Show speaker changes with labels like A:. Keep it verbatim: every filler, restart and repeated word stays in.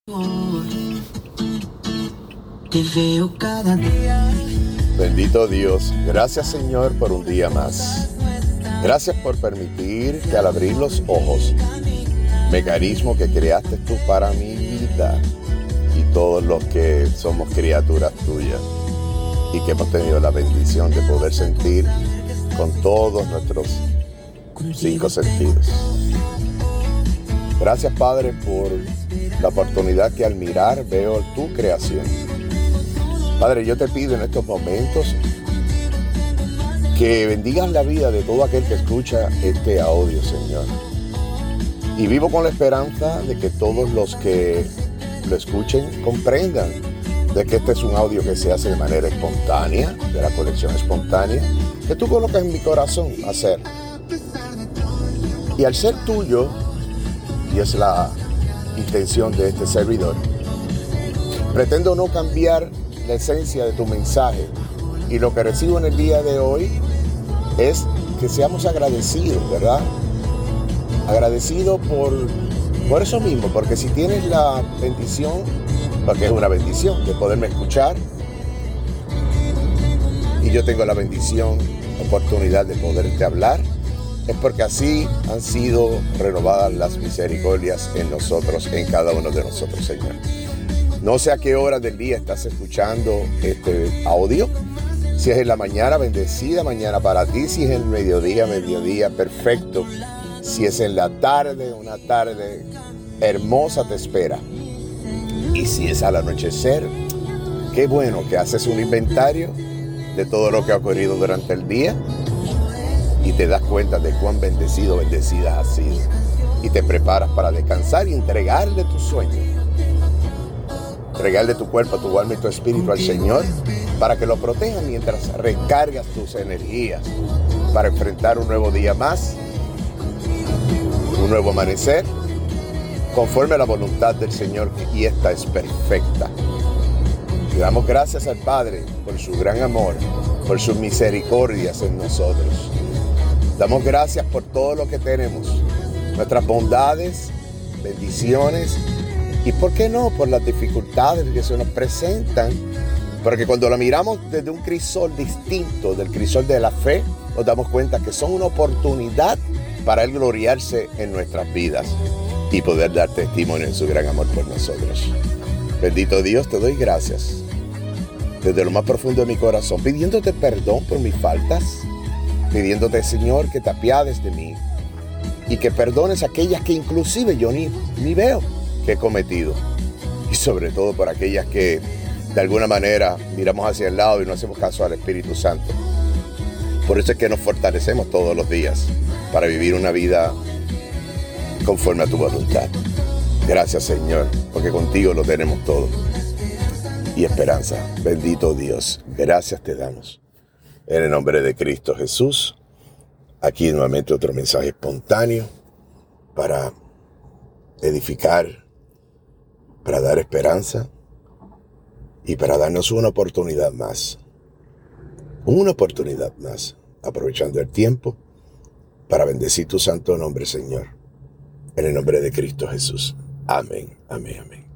A: Te veo cada día.
B: Bendito Dios, gracias Señor por un día más. Gracias por permitir que al abrir los ojos, mecanismo que creaste tú para mi vida y todos los que somos criaturas tuyas y que hemos tenido la bendición de poder sentir con todos nuestros cinco sentidos. Gracias Padre por la oportunidad que al mirar veo tu creación. Padre, yo te pido en estos momentos que bendigas la vida de todo aquel que escucha este audio, Señor. Y vivo con la esperanza de que todos los que lo escuchen comprendan de que este es un audio que se hace de manera espontánea, de la colección espontánea, que tú colocas en mi corazón hacer. Y al ser tuyo, y es la intención de este servidor, pretendo no cambiar la esencia de tu mensaje, y lo que recibo en el día de hoy es que seamos agradecidos, ¿verdad? Agradecidos por, por eso mismo, porque si tienes la bendición, porque es una bendición de poderme escuchar, y yo tengo la bendición, oportunidad de poderte hablar, es porque así han sido renovadas las misericordias en nosotros, en cada uno de nosotros, Señor. No sé a qué hora del día estás escuchando este audio. Si es en la mañana, bendecida mañana para ti. Si es en el mediodía, mediodía, perfecto. Si es en la tarde, una tarde hermosa te espera. Y si es al anochecer, qué bueno que haces un inventario de todo lo que ha ocurrido durante el día y te das cuenta de cuán bendecido, bendecida has sido. Y te preparas para descansar y entregarle tu sueño. Entregarle tu cuerpo, tu alma y tu espíritu al Señor para que lo proteja mientras recargas tus energías para enfrentar un nuevo día más, un nuevo amanecer, conforme a la voluntad del Señor, y esta es perfecta. Le damos gracias al Padre por su gran amor, por sus misericordias en nosotros. Damos gracias por todo lo que tenemos, nuestras bondades, bendiciones, y por qué no, por las dificultades que se nos presentan, porque cuando la miramos desde un crisol distinto del crisol de la fe, nos damos cuenta que son una oportunidad para Él gloriarse en nuestras vidas y poder dar testimonio en su gran amor por nosotros. Bendito Dios, te doy gracias desde lo más profundo de mi corazón, pidiéndote perdón por mis faltas, pidiéndote, Señor, que te apiades de mí y que perdones aquellas que inclusive yo ni, ni veo que he cometido, y sobre todo por aquellas que de alguna manera miramos hacia el lado y no hacemos caso al Espíritu Santo. Por eso es que nos fortalecemos todos los días para vivir una vida conforme a tu voluntad. Gracias, Señor, porque contigo lo tenemos todo. Y esperanza. Bendito Dios, gracias te damos. En el nombre de Cristo Jesús, aquí nuevamente otro mensaje espontáneo para edificar, para dar esperanza y para darnos una oportunidad más. Una oportunidad más, aprovechando el tiempo para bendecir tu santo nombre, Señor. En el nombre de Cristo Jesús. Amén, amén, amén.